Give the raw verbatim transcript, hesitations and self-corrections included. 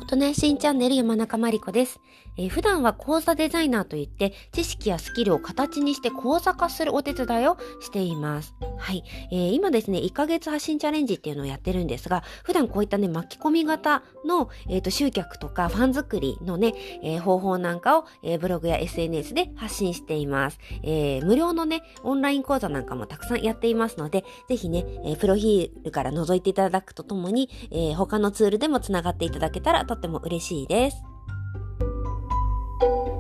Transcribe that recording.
音の新チャンネル山中まりこです、えー、普段は講座デザイナーといって知識やスキルを形にして講座化するお手伝いをしています。はい、えー、今ですねいっかげつ発信チャレンジっていうのをやってるんですが、普段こういったね巻き込み型の、えー、と集客とかファン作りのね、えー、方法なんかを、えー、ブログや エスエヌエス で発信しています。えー、無料のねオンライン講座なんかもたくさんやっていますので、ぜひね、えー、プロフィールから覗いていただくとともに、えー、他のツールでもつながっていただけたらとっても嬉しいです。